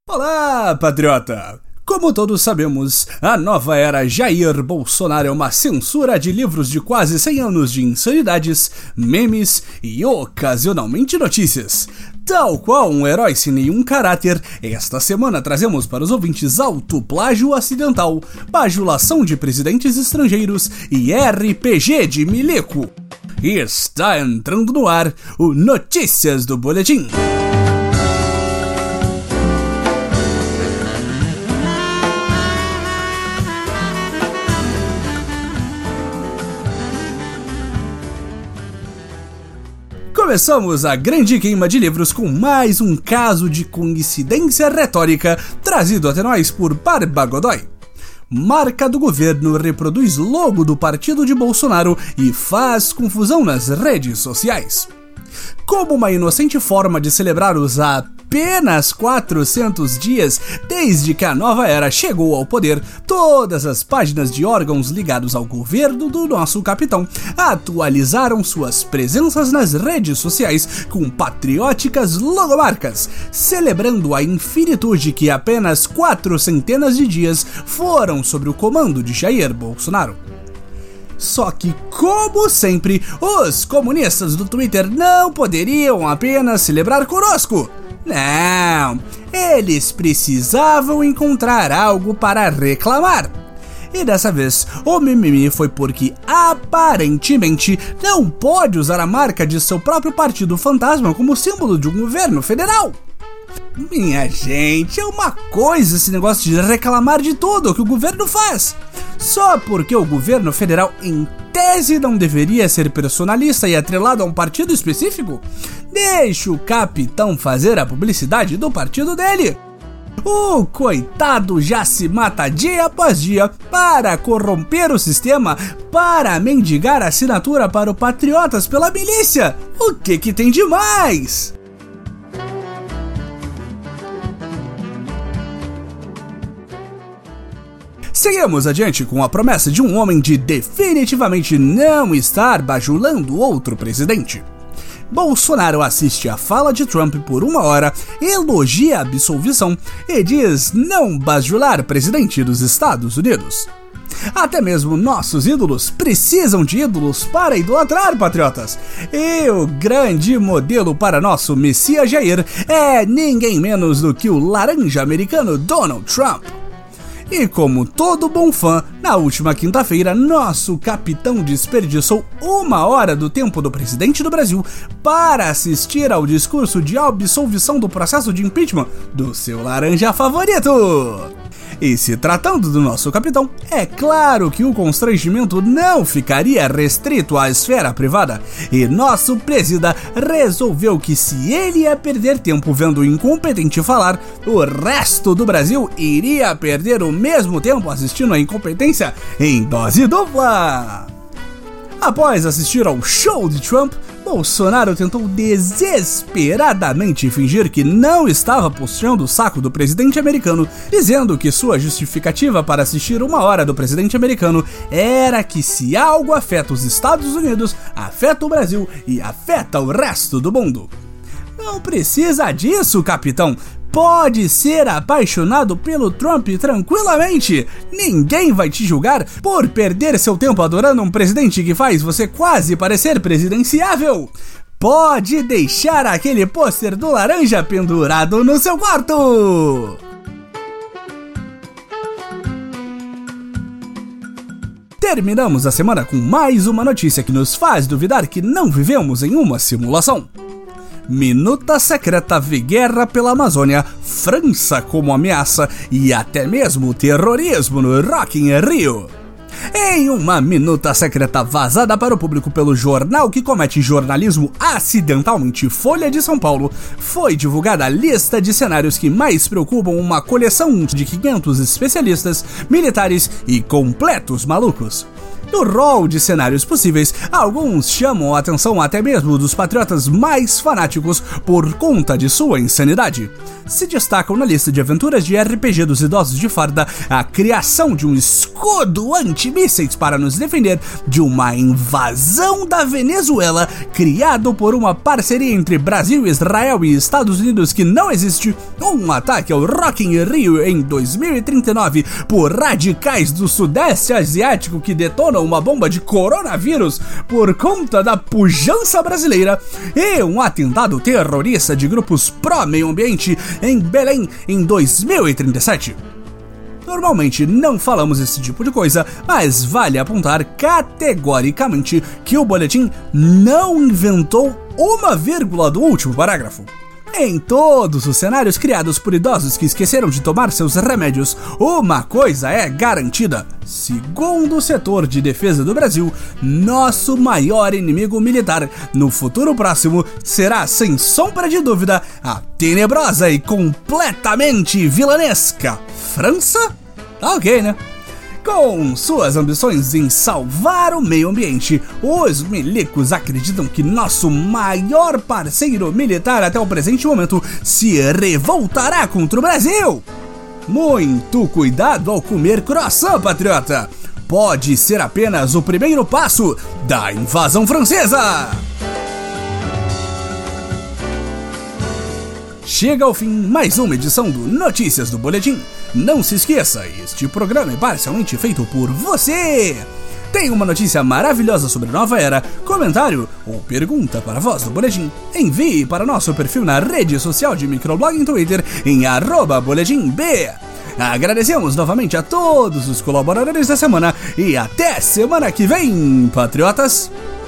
Olá, patriota! Como todos sabemos, a nova era Jair Bolsonaro é uma censura de livros de quase 100 anos de insanidades, memes e ocasionalmente notícias. Tal qual um herói sem nenhum caráter, esta semana trazemos para os ouvintes autoplágio acidental, bajulação de presidentes estrangeiros e RPG de milico. E está entrando no ar o Notícias do Boletim. Começamos a grande queima de livros com mais um caso de coincidência retórica trazido até nós por Barba Godoy. Marca do governo reproduz logo do partido de Bolsonaro e faz confusão nas redes sociais. Como uma inocente forma de celebrar os apenas 400 dias desde que a nova era chegou ao poder, todas as páginas de órgãos ligados ao governo do nosso capitão atualizaram suas presenças nas redes sociais com patrióticas logomarcas, celebrando a infinitude que apenas 400 de dias foram sob o comando de Jair Bolsonaro. Só que, como sempre, os comunistas do Twitter não poderiam apenas celebrar conosco. Não, eles precisavam encontrar algo para reclamar. E dessa vez, o mimimi foi porque, aparentemente, não pode usar a marca de seu próprio partido fantasma como símbolo de um governo federal. Minha gente, é uma coisa esse negócio de reclamar de tudo que o governo faz. Só porque o governo federal, em tese, não deveria ser personalista e atrelado a um partido específico? Deixa o capitão fazer a publicidade do partido dele. O coitado já se mata dia após dia para corromper o sistema, para mendigar assinatura para o Patriotas pela milícia. O que tem de mais? Seguimos adiante com a promessa de um homem de definitivamente não estar bajulando outro presidente. Bolsonaro assiste a fala de Trump por 1 hora, elogia a absolvição e diz não bajular presidente dos Estados Unidos. Até mesmo nossos ídolos precisam de ídolos para idolatrar, patriotas. E o grande modelo para nosso Messias Jair é ninguém menos do que o laranja americano Donald Trump. E como todo bom fã, na última quinta-feira, nosso capitão desperdiçou 1 hora do tempo do presidente do Brasil para assistir ao discurso de absolvição do processo de impeachment do seu laranja favorito. E se tratando do nosso capitão, é claro que o constrangimento não ficaria restrito à esfera privada, e nosso presida resolveu que se ele ia perder tempo vendo o incompetente falar, o resto do Brasil iria perder o mesmo tempo assistindo a incompetência em dose dupla. Após assistir ao show de Trump, Bolsonaro tentou desesperadamente fingir que não estava puxando o saco do presidente americano, dizendo que sua justificativa para assistir 1 hora do presidente americano era que se algo afeta os Estados Unidos, afeta o Brasil e afeta o resto do mundo. Não precisa disso, capitão. Pode ser apaixonado pelo Trump tranquilamente. Ninguém vai te julgar por perder seu tempo adorando um presidente que faz você quase parecer presidenciável. Pode deixar aquele pôster do laranja pendurado no seu quarto. Terminamos a semana com mais uma notícia que nos faz duvidar que não vivemos em uma simulação. Minuta secreta vê guerra pela Amazônia, França como ameaça e até mesmo terrorismo no Rock in Rio. Em uma minuta secreta vazada para o público pelo jornal que comete jornalismo acidentalmente, Folha de São Paulo, foi divulgada a lista de cenários que mais preocupam uma coleção de 500 especialistas, militares e completos malucos. No rol de cenários possíveis, alguns chamam a atenção até mesmo dos patriotas mais fanáticos por conta de sua insanidade. Se destacam na lista de aventuras de RPG dos idosos de farda a criação de um escudo antimísseis para nos defender de uma invasão da Venezuela, criado por uma parceria entre Brasil, Israel e Estados Unidos que não existe, um ataque ao Rock in Rio em 2039 por radicais do Sudeste Asiático que detonam uma bomba de coronavírus por conta da pujança brasileira e um atentado terrorista de grupos pró-meio ambiente em Belém em 2037. Normalmente não falamos esse tipo de coisa, mas vale apontar categoricamente que o boletim não inventou uma vírgula do último parágrafo. Em todos os cenários criados por idosos que esqueceram de tomar seus remédios, uma coisa é garantida. Segundo o setor de defesa do Brasil, nosso maior inimigo militar no futuro próximo será, sem sombra de dúvida, a tenebrosa e completamente vilanesca França? Ok, né? Com suas ambições em salvar o meio ambiente, os milicos acreditam que nosso maior parceiro militar até o presente momento se revoltará contra o Brasil. Muito cuidado ao comer croissant, patriota! Pode ser apenas o primeiro passo da invasão francesa! Chega ao fim mais uma edição do Notícias do Boletim. Não se esqueça, este programa é parcialmente feito por você! Tem uma notícia maravilhosa sobre a nova era, comentário ou pergunta para a voz do Boletim? Envie para nosso perfil na rede social de microblog em Twitter em @boletimb. Agradecemos novamente a todos os colaboradores da semana e até semana que vem, patriotas!